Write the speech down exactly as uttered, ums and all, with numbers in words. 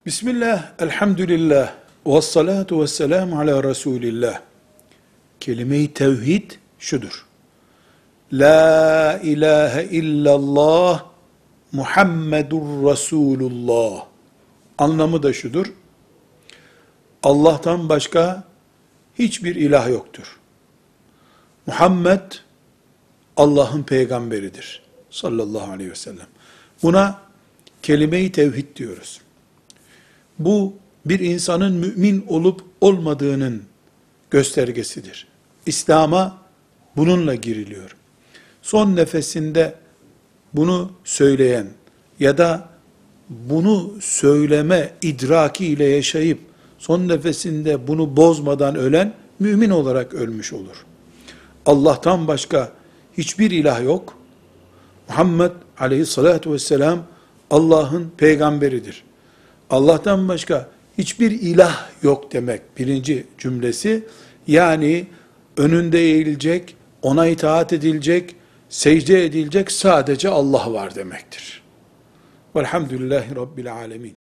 Bismillah, elhamdülillah, ve salatu ve selamu ala Resulillah. Kelime-i tevhid şudur: La ilahe illallah Muhammedur Resulullah. Anlamı da şudur: Allah'tan başka hiçbir ilah yoktur. Muhammed Allah'ın peygamberidir sallallahu aleyhi ve sellem. Buna kelime-i tevhid diyoruz. Bu bir insanın mümin olup olmadığının göstergesidir. İslam'a bununla giriliyor. Son nefesinde bunu söyleyen ya da bunu söyleme idraki ile yaşayıp son nefesinde bunu bozmadan ölen mümin olarak ölmüş olur. Allah'tan başka hiçbir ilah yok. Muhammed aleyhissalatu vesselam Allah'ın peygamberidir. Allah'tan başka hiçbir ilah yok demek birinci cümlesi. Yani önünde eğilecek, ona itaat edilecek, secde edilecek sadece Allah var demektir. Velhamdülillahi Rabbil alemin.